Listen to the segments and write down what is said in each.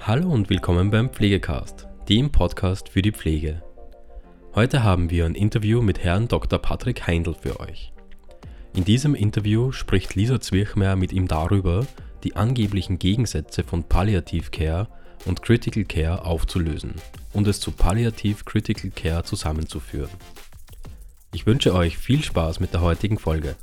Hallo und willkommen beim Pflegecast, dem Podcast für die Pflege. Heute haben wir ein Interview mit Herrn Dr. Patrick Heindl für euch. In diesem Interview spricht Lisa Zwirchmayr mit ihm darüber, die angeblichen Gegensätze von Palliative Care und Critical Care aufzulösen und es zu Palliative Critical Care zusammenzuführen. Ich wünsche euch viel Spaß mit der heutigen Folge.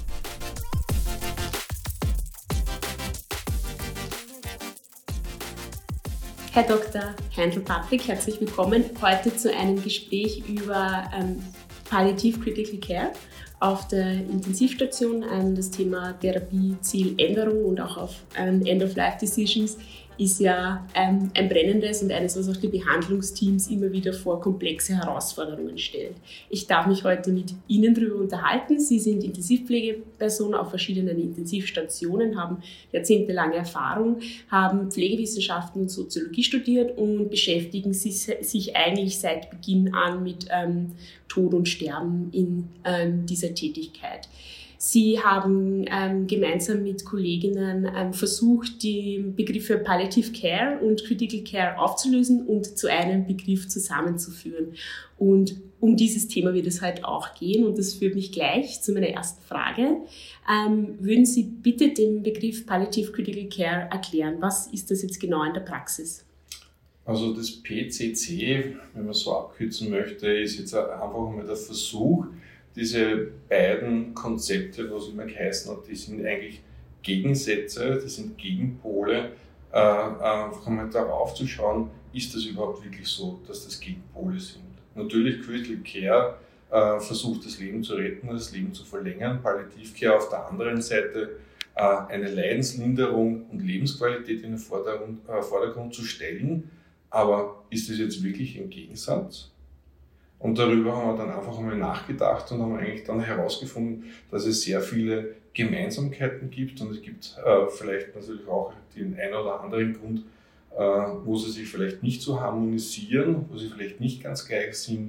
Herr Dr. Heindl Patrick, herzlich willkommen heute zu einem Gespräch über Palliative Critical Care auf der Intensivstation. Das Thema Therapiezieländerung und auch auf End-of-Life-Decisions ist ja ein brennendes und eines, was auch die Behandlungsteams immer wieder vor komplexe Herausforderungen stellt. Ich darf mich heute mit Ihnen darüber unterhalten. Sie sind Intensivpflegeperson auf verschiedenen Intensivstationen, haben jahrzehntelange Erfahrung, haben Pflegewissenschaften und Soziologie studiert und beschäftigen sich eigentlich seit Beginn an mit Tod und Sterben in dieser Tätigkeit. Sie haben gemeinsam mit Kolleginnen versucht, die Begriffe Palliative Care und Critical Care aufzulösen und zu einem Begriff zusammenzuführen. Und um dieses Thema wird es heute auch gehen und das führt mich gleich zu meiner ersten Frage. Würden Sie bitte den Begriff Palliative Critical Care erklären? Was ist das jetzt genau in der Praxis? Also das PCC, wenn man so abkürzen möchte, ist jetzt einfach mal der Versuch, diese beiden Konzepte, was immer geheißen hat, die sind eigentlich Gegensätze, das sind Gegenpole, einfach einmal darauf zu schauen, ist das überhaupt wirklich so, dass das Gegenpole sind. Natürlich Critical Care versucht das Leben zu retten, das Leben zu verlängern, Palliative Care auf der anderen Seite eine Leidenslinderung und Lebensqualität in den Vordergrund zu stellen, aber ist das jetzt wirklich ein Gegensatz? Und darüber haben wir dann einfach einmal nachgedacht und haben eigentlich dann herausgefunden, dass es sehr viele Gemeinsamkeiten gibt und es gibt vielleicht natürlich auch den einen oder anderen Grund, wo sie sich vielleicht nicht so harmonisieren, wo sie vielleicht nicht ganz gleich sind,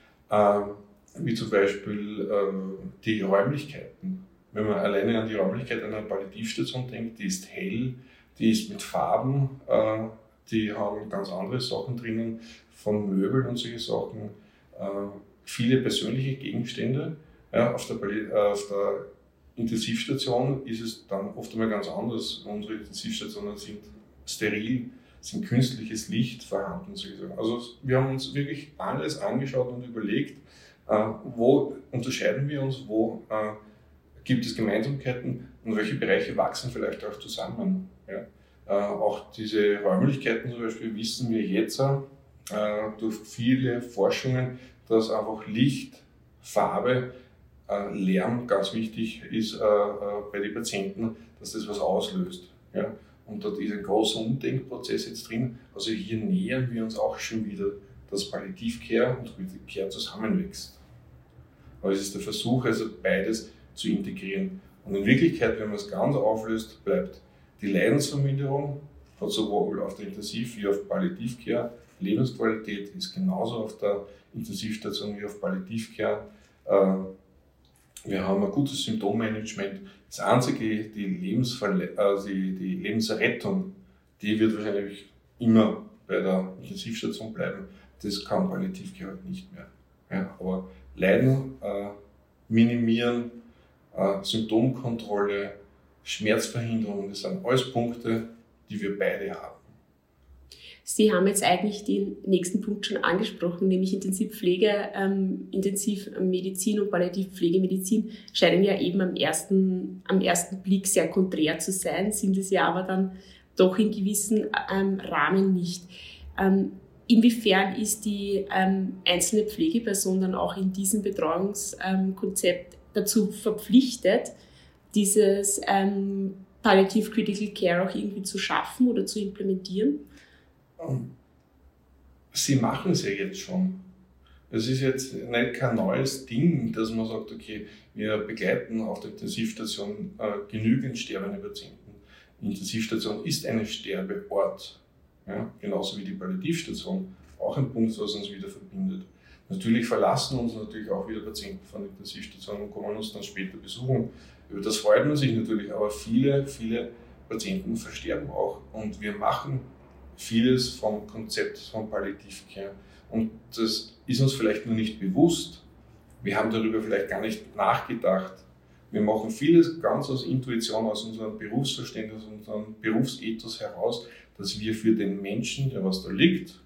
wie zum Beispiel die Räumlichkeiten. Wenn man alleine an die Räumlichkeit einer Palliativstation denkt, die ist hell, die ist mit Farben, die haben ganz andere Sachen drinnen, von Möbeln und solche Sachen. Viele persönliche Gegenstände. Ja, auf der Intensivstation ist es dann oft einmal ganz anders. Unsere Intensivstationen sind steril, sind künstliches Licht vorhanden. Also wir haben uns wirklich alles angeschaut und überlegt, wo unterscheiden wir uns, wo gibt es Gemeinsamkeiten und welche Bereiche wachsen vielleicht auch zusammen. Ja. Auch diese Räumlichkeiten zum Beispiel wissen wir jetzt durch viele Forschungen, dass einfach Licht, Farbe, Lärm ganz wichtig ist bei den Patienten, dass das was auslöst. Ja? Und dort ist ein großer Umdenkprozess jetzt drin. Also hier nähern wir uns auch schon wieder, dass Palliative Care und Critical Care zusammenwächst. Aber es ist der Versuch, also beides zu integrieren. Und in Wirklichkeit, wenn man es ganz auflöst, bleibt die Leidensverminderung, hat sowohl auf der Intensiv- wie auf Palliative Care. Lebensqualität ist genauso auf der Intensivstation wie auf Palliative Care. Wir haben ein gutes Symptommanagement. Das einzige, die Lebensrettung, die wird wahrscheinlich immer bei der Intensivstation bleiben. Das kann Palliative Care halt nicht mehr. Ja, aber Leiden minimieren, Symptomkontrolle, Schmerzverhinderung, das sind alles Punkte, die wir beide haben. Sie haben jetzt eigentlich den nächsten Punkt schon angesprochen, nämlich Intensivpflege, Intensivmedizin und Palliativpflegemedizin scheinen ja eben am ersten Blick sehr konträr zu sein, sind es ja aber dann doch in gewissen Rahmen nicht. Inwiefern ist die einzelne Pflegeperson dann auch in diesem Betreuungskonzept dazu verpflichtet, dieses Palliative Critical Care auch irgendwie zu schaffen oder zu implementieren? Sie machen es ja jetzt schon. Es ist jetzt nicht kein neues Ding, dass man sagt, okay, wir begleiten auf der Intensivstation genügend sterbende Patienten. Die Intensivstation ist ein Sterbeort, ja, genauso wie die Palliativstation. Auch ein Punkt, was uns wieder verbindet. Natürlich verlassen uns natürlich auch wieder Patienten von der Intensivstation und kommen uns dann später besuchen. Über das freut man sich natürlich, aber viele Patienten versterben auch. Und wir machen vieles vom Konzept von Palliative Care. Und das ist uns vielleicht nur nicht bewusst. Wir haben darüber vielleicht gar nicht nachgedacht. Wir machen vieles ganz aus Intuition, aus unserem Berufsverständnis, aus unserem Berufsethos heraus, dass wir für den Menschen, der was da liegt,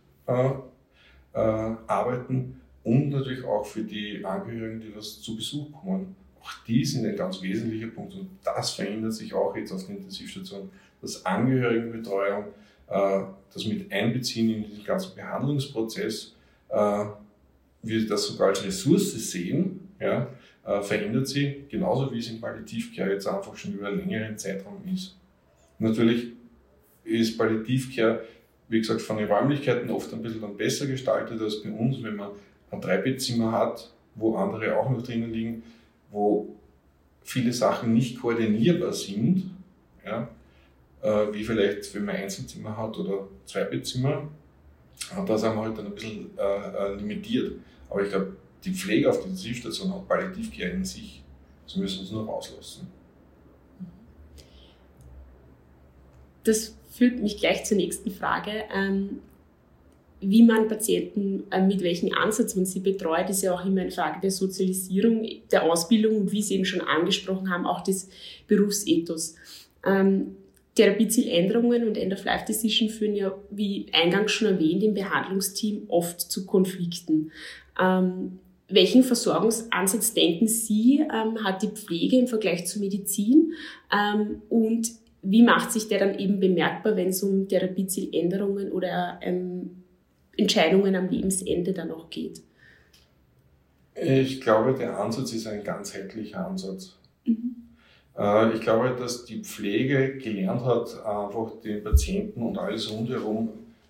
arbeiten und natürlich auch für die Angehörigen, die was zu Besuch kommen. Auch die sind ein ganz wesentlicher Punkt und das verändert sich auch jetzt auf der Intensivstation. Das Angehörigenbetreuung, das mit Einbeziehen in diesen ganzen Behandlungsprozess, wir das sogar als Ressource sehen, ja, verändert sie, genauso wie es in Palliative Care jetzt einfach schon über einen längeren Zeitraum ist. Natürlich ist Palliative Care, wie gesagt, von den Räumlichkeiten oft ein bisschen dann besser gestaltet als bei uns, wenn man ein 3-Bettzimmer hat, wo andere auch noch drinnen liegen, wo viele Sachen nicht koordinierbar sind, ja, wie vielleicht, wenn man Einzelzimmer hat oder 2-Bettzimmer, da sind wir halt dann ein bisschen limitiert. Aber ich glaube, die Pflege auf der Intensivstation hat Palliative Care in sich. Sie müssen uns nur rauslassen. Das führt mich gleich zur nächsten Frage. Wie man Patienten, mit welchem Ansatz man sie betreut, ist ja auch immer eine Frage der Sozialisierung, der Ausbildung und wie Sie eben schon angesprochen haben, auch des Berufsethos. Therapiezieländerungen und End-of-Life-Decision führen ja, wie eingangs schon erwähnt, im Behandlungsteam oft zu Konflikten. Welchen Versorgungsansatz denken Sie, hat die Pflege im Vergleich zur Medizin? Und wie macht sich der dann eben bemerkbar, wenn es um Therapiezieländerungen oder Entscheidungen am Lebensende dann auch geht? Ich glaube, der Ansatz ist ein ganzheitlicher Ansatz. Ich glaube, dass die Pflege gelernt hat, einfach den Patienten und alles rundherum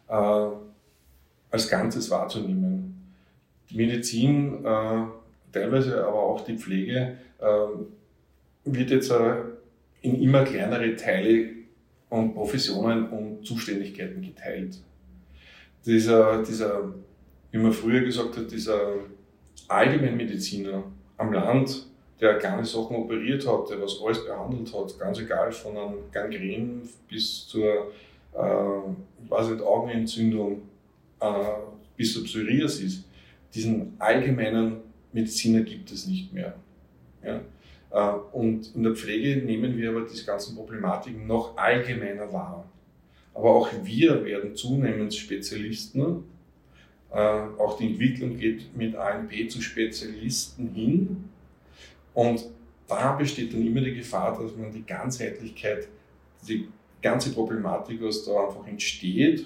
als Ganzes wahrzunehmen. Die Medizin, teilweise aber auch die Pflege, wird jetzt in immer kleinere Teile und Professionen und Zuständigkeiten geteilt. Dieser, wie man früher gesagt hat, dieser Allgemeinmediziner am Land, der kleine Sachen operiert hat, der was alles behandelt hat, ganz egal von einem Gangren bis zur Augenentzündung, bis zur Psoriasis. Diesen allgemeinen Mediziner gibt es nicht mehr. Ja? Und in der Pflege nehmen wir aber diese ganzen Problematiken noch allgemeiner wahr. Aber auch wir werden zunehmend Spezialisten. Auch die Entwicklung geht mit ANP zu Spezialisten hin. Und da besteht dann immer die Gefahr, dass man die Ganzheitlichkeit, die ganze Problematik, was da einfach entsteht,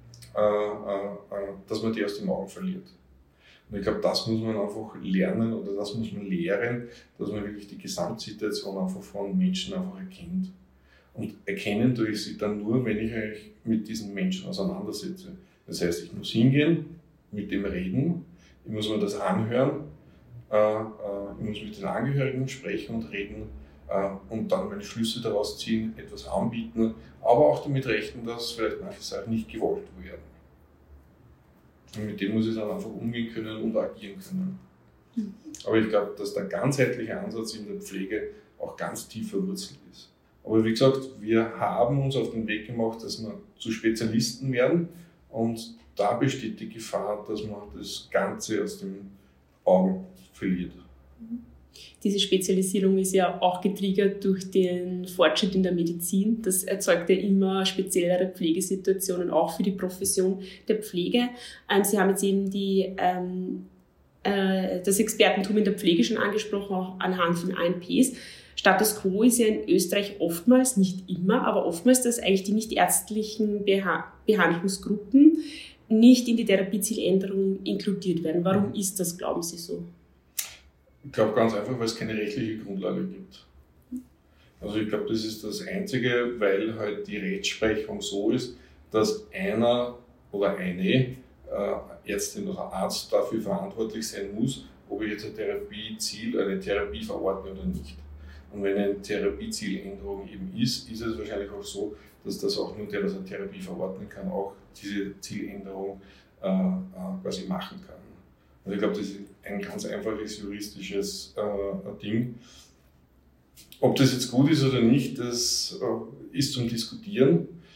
dass man die aus den Augen verliert. Und ich glaube, das muss man einfach lernen oder das muss man lehren, dass man wirklich die Gesamtsituation einfach von Menschen einfach erkennt. Und erkennen tue ich sie dann nur, wenn ich mich mit diesen Menschen auseinandersetze. Das heißt, ich muss hingehen, mit dem reden, ich muss mir das anhören, ich muss mit den Angehörigen sprechen und reden und dann meine Schlüsse daraus ziehen, etwas anbieten, aber auch damit rechnen, dass vielleicht manche Sachen nicht gewollt werden. Und mit dem muss ich dann einfach umgehen können und agieren können. Aber ich glaube, dass der ganzheitliche Ansatz in der Pflege auch ganz tief verwurzelt ist. Aber wie gesagt, wir haben uns auf den Weg gemacht, dass wir zu Spezialisten werden und da besteht die Gefahr, dass man das Ganze aus den Augen verliert. Diese Spezialisierung ist ja auch getriggert durch den Fortschritt in der Medizin. Das erzeugt ja immer speziellere Pflegesituationen, auch für die Profession der Pflege. Sie haben jetzt eben das Expertentum in der Pflege schon angesprochen, auch anhand von ANPs. Status quo ist ja in Österreich oftmals, nicht immer, aber oftmals, dass eigentlich die nichtärztlichen Behandlungsgruppen nicht in die Therapiezieländerung inkludiert werden. Warum ist das, glauben Sie so? Ich glaube ganz einfach, weil es keine rechtliche Grundlage gibt. Also ich glaube, das ist das Einzige, weil halt die Rechtsprechung so ist, dass einer oder eine Ärztin oder Arzt dafür verantwortlich sein muss, ob ich jetzt ein Therapieziel, eine Therapie verordne oder nicht. Und wenn eine Therapiezieländerung eben ist, ist es wahrscheinlich auch so, dass das auch nur der, der eine Therapie verordnen kann, auch diese Zieländerung quasi machen kann. Also ich glaube, das ist ein ganz einfaches juristisches Ding. Ob das jetzt gut ist oder nicht, das ist zum Diskutieren.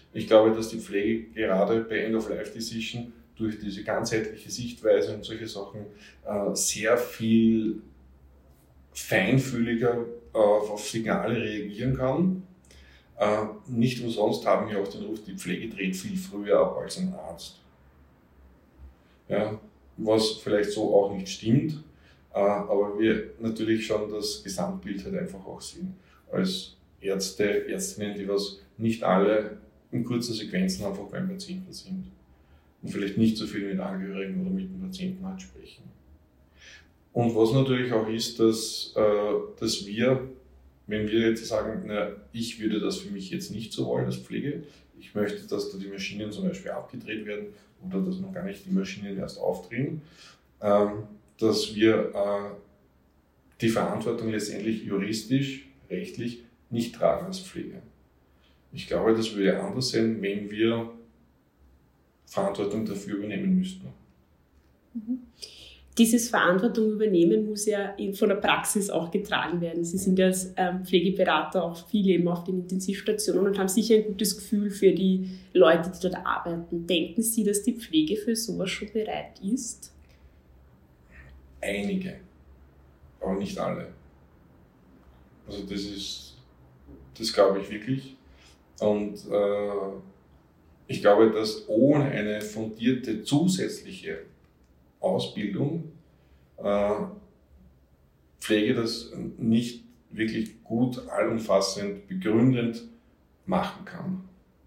Ich glaube, dass die Pflege gerade bei End-of-Life-Decision durch diese ganzheitliche Sichtweise und solche Sachen sehr viel feinfühliger auf Signale reagieren kann. Nicht umsonst haben wir auch den Ruf, die Pflege dreht viel früher ab als ein Arzt. Ja, was vielleicht so auch nicht stimmt, aber wir natürlich schon das Gesamtbild halt einfach auch sehen. Als Ärzte, Ärztinnen, die was nicht alle in kurzen Sequenzen einfach beim Patienten sind und vielleicht nicht so viel mit Angehörigen oder mit dem Patienten halt sprechen. Und was natürlich auch ist, dass wir, wenn wir jetzt sagen, na, ich würde das für mich jetzt nicht so wollen als Pflege, ich möchte, dass da die Maschinen zum Beispiel abgedreht werden oder dass noch gar nicht die Maschinen erst aufdrehen, dass wir die Verantwortung letztendlich juristisch, rechtlich nicht tragen als Pflege. Ich glaube, das würde anders sein, wenn wir Verantwortung dafür übernehmen müssten. Dieses Verantwortung übernehmen muss ja von der Praxis auch getragen werden. Sie sind ja als Pflegeberater auch viel eben auf den Intensivstationen und haben sicher ein gutes Gefühl für die Leute, die dort arbeiten. Denken Sie, dass die Pflege für sowas schon bereit ist? Einige, aber nicht alle. Also das glaube ich wirklich. Und ich glaube, dass ohne eine fundierte zusätzliche Ausbildung Pflege das nicht wirklich gut, allumfassend, begründend machen kann.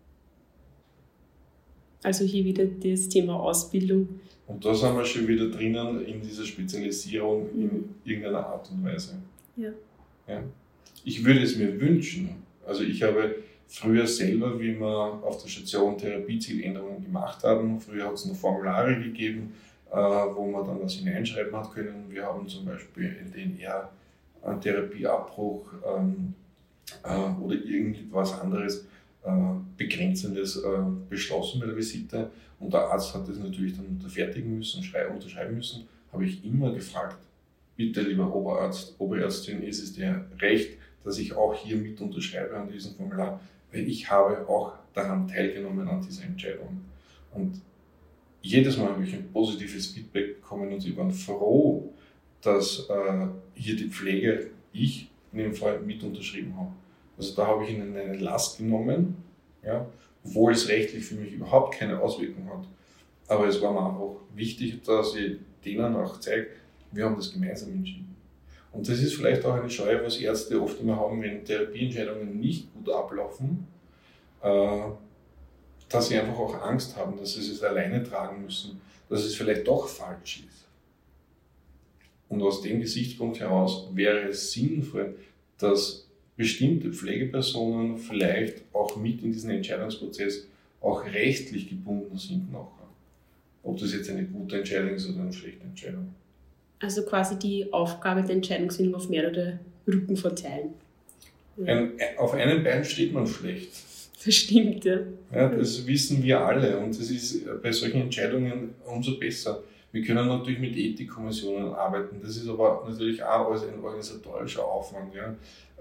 Also hier wieder das Thema Ausbildung. Und da sind wir schon wieder drinnen in dieser Spezialisierung in irgendeiner Art und Weise. Ja. Ja. Ich würde es mir wünschen, also ich habe früher selber, wie wir auf der Station Therapiezieländerungen gemacht haben, früher hat es noch Formulare gegeben, wo man dann was hineinschreiben hat können. Wir haben zum Beispiel LDNR, Therapieabbruch oder irgendwas anderes Begrenzendes beschlossen bei der Visite. Und der Arzt hat das natürlich dann unterfertigen müssen, unterschreiben müssen. Habe ich immer gefragt, bitte lieber Oberarzt, Oberärztin, ist es dir recht, dass ich auch hier mit unterschreibe an diesem Formular, weil ich habe auch daran teilgenommen an dieser Entscheidung. Und jedes Mal habe ich ein positives Feedback bekommen und sie waren froh, dass hier die Pflege, ich in dem Fall, mit unterschrieben habe. Also da habe ich ihnen eine Last genommen, ja, obwohl es rechtlich für mich überhaupt keine Auswirkung hat. Aber es war mir einfach wichtig, dass ich denen auch zeige, wir haben das gemeinsam entschieden. Und das ist vielleicht auch eine Scheu, was Ärzte oft immer haben, wenn Therapieentscheidungen nicht gut ablaufen, dass sie einfach auch Angst haben, dass sie es alleine tragen müssen, dass es vielleicht doch falsch ist. Und aus dem Gesichtspunkt heraus wäre es sinnvoll, dass bestimmte Pflegepersonen vielleicht auch mit in diesen Entscheidungsprozess auch rechtlich gebunden sind nachher. Ob das jetzt eine gute Entscheidung ist oder eine schlechte Entscheidung. Also quasi die Aufgabe der Entscheidungsfindung auf mehrere Rücken verteilen. Ja. Auf einem Bein steht man schlecht. Das stimmt, ja. Ja, das wissen wir alle und das ist bei solchen Entscheidungen umso besser. Wir können natürlich mit Ethikkommissionen arbeiten, das ist aber natürlich auch alles ein organisatorischer Aufwand. Ja.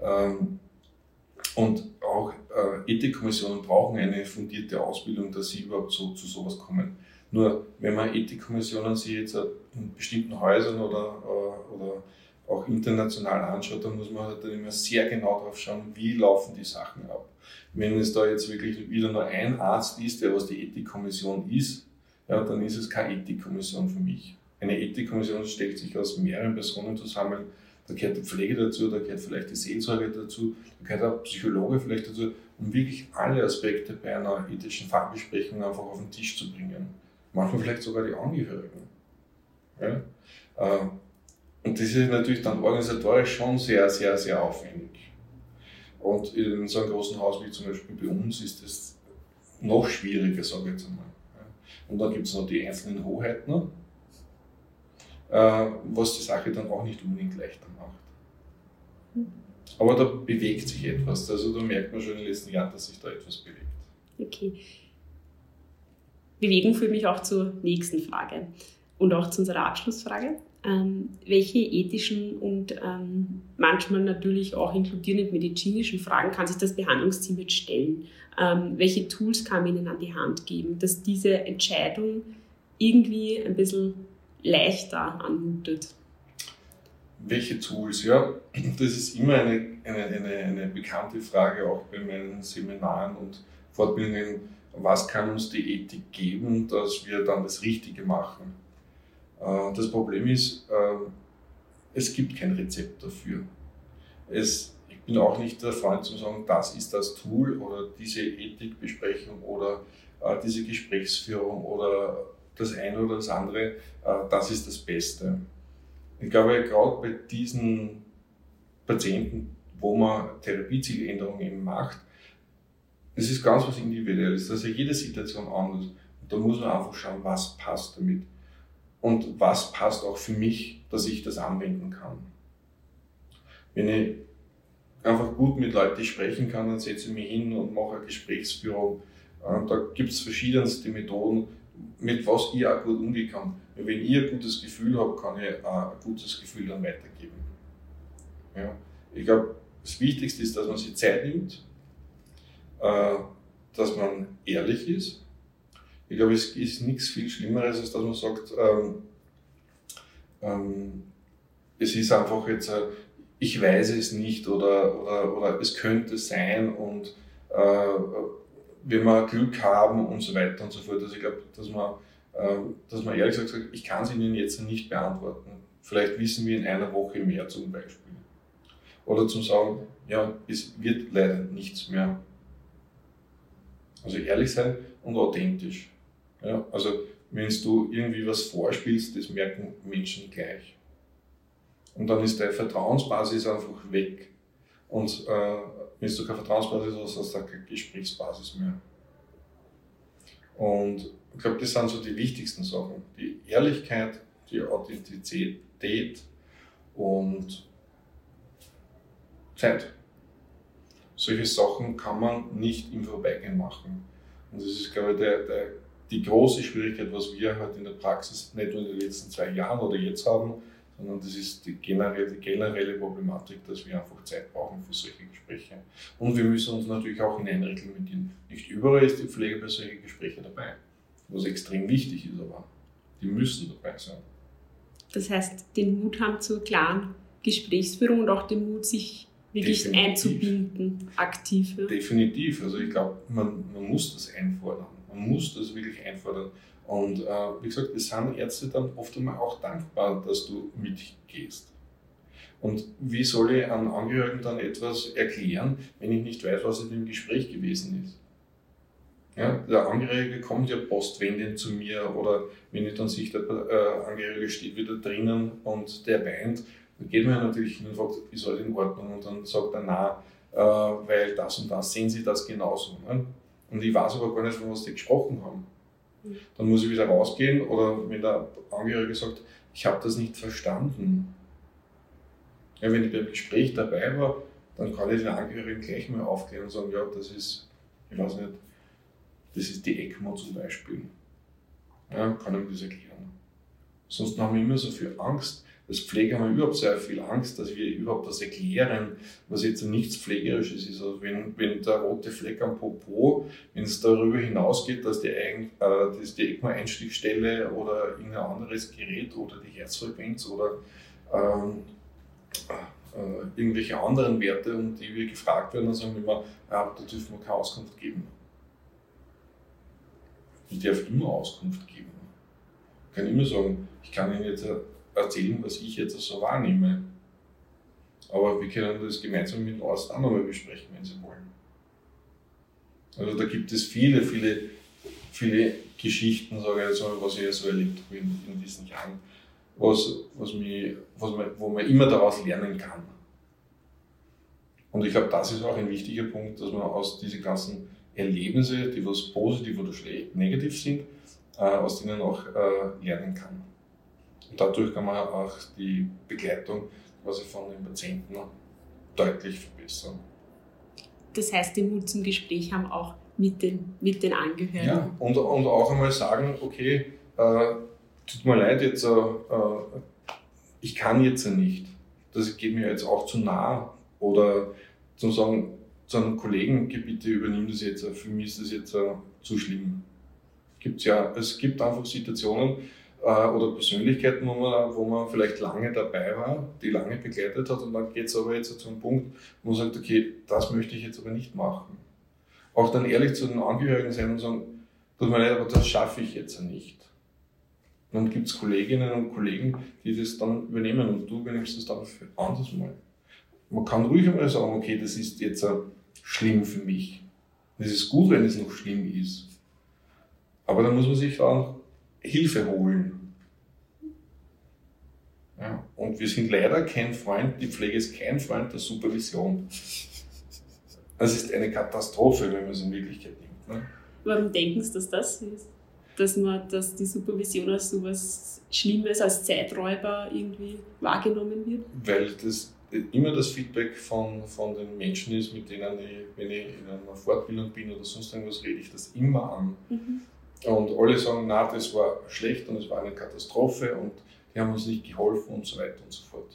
Und auch Ethikkommissionen brauchen eine fundierte Ausbildung, dass sie überhaupt zu sowas kommen. Nur wenn man Ethikkommissionen sich jetzt in bestimmten Häusern oder auch international anschaut, dann muss man halt dann immer sehr genau drauf schauen, wie laufen die Sachen ab. Wenn es da jetzt wirklich wieder nur ein Arzt ist, der was die Ethikkommission ist, ja, dann ist es keine Ethikkommission für mich. Eine Ethikkommission stellt sich aus mehreren Personen zusammen. Da gehört die Pflege dazu, da gehört vielleicht die Seelsorge dazu, da gehört auch Psychologe vielleicht dazu, um wirklich alle Aspekte bei einer ethischen Fallbesprechung einfach auf den Tisch zu bringen. Manchmal vielleicht sogar die Angehörigen. Ja? Und das ist natürlich dann organisatorisch schon sehr, sehr, sehr aufwendig. Und in so einem großen Haus wie zum Beispiel bei uns ist das noch schwieriger, sage ich jetzt einmal. Und dann gibt es noch die einzelnen Hoheiten, was die Sache dann auch nicht unbedingt leichter macht. Aber da bewegt sich etwas. Also da merkt man schon in den letzten Jahren, dass sich da etwas bewegt. Okay. Bewegung führt mich auch zur nächsten Frage und auch zu unserer Abschlussfrage. welche ethischen und manchmal natürlich auch inkludierend medizinischen Fragen kann sich das Behandlungsteam jetzt stellen? Welche Tools kann man ihnen an die Hand geben, dass diese Entscheidung irgendwie ein bisschen leichter anmutet? Welche Tools? Ja, das ist immer eine bekannte Frage, auch bei meinen Seminaren und Fortbildungen. Was kann uns die Ethik geben, dass wir dann das Richtige machen? Das Problem ist, es gibt kein Rezept dafür. Ich bin auch nicht der Freund zu sagen, das ist das Tool oder diese Ethikbesprechung oder diese Gesprächsführung oder das eine oder das andere, das ist das Beste. Ich glaube, gerade bei diesen Patienten, wo man Therapiezieländerungen eben macht, es ist ganz was Individuelles, also jede Situation anders. Und da muss man einfach schauen, was passt damit und was passt auch für mich, dass ich das anwenden kann. Wenn ich einfach gut mit Leuten sprechen kann, dann setze ich mich hin und mache eine Gesprächsführung. Da gibt es verschiedenste Methoden, mit was ich auch gut umgehen kann. Wenn ich ein gutes Gefühl habe, kann ich auch ein gutes Gefühl dann weitergeben. Ja. Ich glaube, das Wichtigste ist, dass man sich Zeit nimmt, dass man ehrlich ist. Ich glaube, es ist nichts viel Schlimmeres, als dass man sagt, es ist einfach jetzt, ich weiß es nicht oder es könnte sein und wenn wir Glück haben und so weiter und so fort. Also ich glaube, dass man ehrlich sagt, ich kann es Ihnen jetzt nicht beantworten. Vielleicht wissen wir in einer Woche mehr zum Beispiel. Oder zum Sagen, ja, es wird leider nichts mehr. Also ehrlich sein und authentisch. Ja, also wenn du irgendwie was vorspielst, das merken Menschen gleich. Und dann ist deine Vertrauensbasis einfach weg. Und wenn du keine Vertrauensbasis hast, hast du keine Gesprächsbasis mehr. Und ich glaube, das sind so die wichtigsten Sachen. Die Ehrlichkeit, die Authentizität und Zeit. Solche Sachen kann man nicht im Vorbeigehen machen. Und das ist, glaube ich, die große Schwierigkeit, was wir halt in der Praxis nicht nur in den letzten 2 Jahren oder jetzt haben, sondern das ist die generelle Problematik, dass wir einfach Zeit brauchen für solche Gespräche. Und wir müssen uns natürlich auch hineinreglementieren. Nicht überall ist die Pflege bei solchen Gesprächen dabei, was extrem wichtig ist, aber die müssen dabei sein. Das heißt, den Mut haben zur klaren Gesprächsführung und auch den Mut, sich wirklich einzubinden, aktiv. Ja. Definitiv. Also ich glaube, man muss das einfordern. Man muss das wirklich einfordern. Und wie gesagt, es sind Ärzte dann oft einmal auch dankbar, dass du mitgehst. Und wie soll ich einem Angehörigen dann etwas erklären, wenn ich nicht weiß, was in dem Gespräch gewesen ist? Ja, der Angehörige kommt ja postwendend zu mir oder wenn ich dann sehe, der Angehörige steht wieder drinnen und der weint, dann geht man natürlich hin und fragt, ist alles in Ordnung? Und dann sagt er, nein, weil das und das, sehen Sie das genauso. Ne? Und ich weiß aber gar nicht, von was die gesprochen haben. Dann muss ich wieder rausgehen oder wenn der Angehörige sagt, ich habe das nicht verstanden. Ja, wenn ich beim Gespräch dabei war, dann kann ich den Angehörigen gleich mal aufklären und sagen, ja, das ist, ich weiß nicht, das ist die ECMO zum Beispiel. Ja, kann ich mir das erklären. Sonst haben wir immer so viel Angst. Als Pfleger haben wir überhaupt sehr viel Angst, dass wir überhaupt das erklären, was jetzt nichts Pflegerisches ist. Also wenn der rote Fleck am Popo, wenn es darüber hinausgeht, dass die ECMO-Einstichstelle oder irgendein anderes Gerät oder die Herzfrequenz oder irgendwelche anderen Werte, um die wir gefragt werden, dann sagen wir immer, ja, da dürfen wir keine Auskunft geben. Ich darf immer Auskunft geben. Ich kann immer sagen, ich kann Ihnen jetzt erzählen, was ich jetzt so wahrnehme. Aber wir können das gemeinsam mit dem Arzt auch nochmal besprechen, wenn Sie wollen. Also da gibt es viele Geschichten, sage ich jetzt mal, was ich so erlebt habe in diesen Jahren, wo man immer daraus lernen kann. Und ich glaube, das ist auch ein wichtiger Punkt, dass man aus diesen ganzen Erlebnissen, die was positiv oder negativ sind, aus denen auch lernen kann. Und dadurch kann man auch die Begleitung quasi von den Patienten deutlich verbessern. Das heißt, den Mut zum Gespräch haben auch mit den Angehörigen. Ja, und auch einmal sagen, okay, tut mir leid, jetzt ich kann jetzt nicht, das geht mir jetzt auch zu nah, oder zu sagen, zu einem Kollegen, bitte übernimm das jetzt, für mich ist das jetzt zu schlimm. Es gibt einfach Situationen oder Persönlichkeiten, wo man vielleicht lange dabei war, die lange begleitet hat, und dann geht es aber jetzt zu einem Punkt, wo man sagt, okay, das möchte ich jetzt aber nicht machen. Auch dann ehrlich zu den Angehörigen sein und sagen, tut mir leid, aber das schaffe ich jetzt nicht. Und dann gibt es Kolleginnen und Kollegen, die das dann übernehmen, und du übernimmst das dann für anderes Mal. Man kann ruhig einmal sagen, okay, das ist jetzt schlimm für mich. Es ist gut, wenn es noch schlimm ist. Aber dann muss man sich auch Hilfe holen. Ja, und wir sind leider kein Freund, die Pflege ist kein Freund der Supervision. Das ist eine Katastrophe, wenn man es in Wirklichkeit nimmt. Ne? Warum denken Sie, dass das ist? Dass die Supervision als so etwas Schlimmes, als Zeiträuber irgendwie wahrgenommen wird? Weil das immer das Feedback von den Menschen ist, mit denen wenn ich in einer Fortbildung bin oder sonst irgendwas, rede ich das immer an. Mhm. Und alle sagen, na, das war schlecht und es war eine Katastrophe und die haben uns nicht geholfen und so weiter und so fort.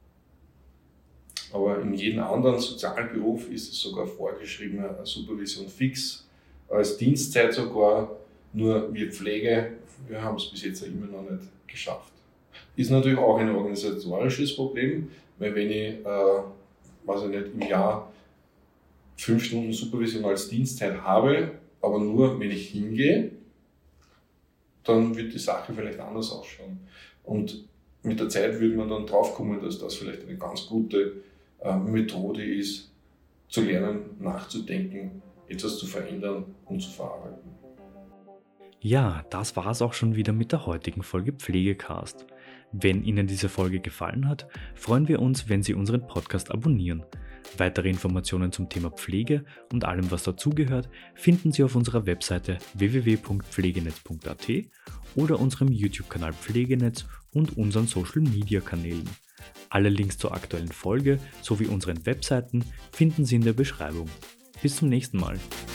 Aber in jedem anderen Sozialberuf ist es sogar vorgeschrieben, eine Supervision fix, als Dienstzeit sogar. Nur wir Pflege, wir haben es bis jetzt immer noch nicht geschafft. Ist natürlich auch ein organisatorisches Problem, weil wenn ich, im Jahr 5 Stunden Supervision als Dienstzeit habe, aber nur wenn ich hingehe, dann wird die Sache vielleicht anders ausschauen. Und mit der Zeit würde man dann draufkommen, dass das vielleicht eine ganz gute Methode ist, zu lernen, nachzudenken, etwas zu verändern und zu verarbeiten. Ja, das war's auch schon wieder mit der heutigen Folge Pflegecast. Wenn Ihnen diese Folge gefallen hat, freuen wir uns, wenn Sie unseren Podcast abonnieren. Weitere Informationen zum Thema Pflege und allem, was dazugehört, finden Sie auf unserer Webseite www.pflegenetz.at oder unserem YouTube-Kanal Pflegenetz und unseren Social-Media-Kanälen. Alle Links zur aktuellen Folge sowie unseren Webseiten finden Sie in der Beschreibung. Bis zum nächsten Mal.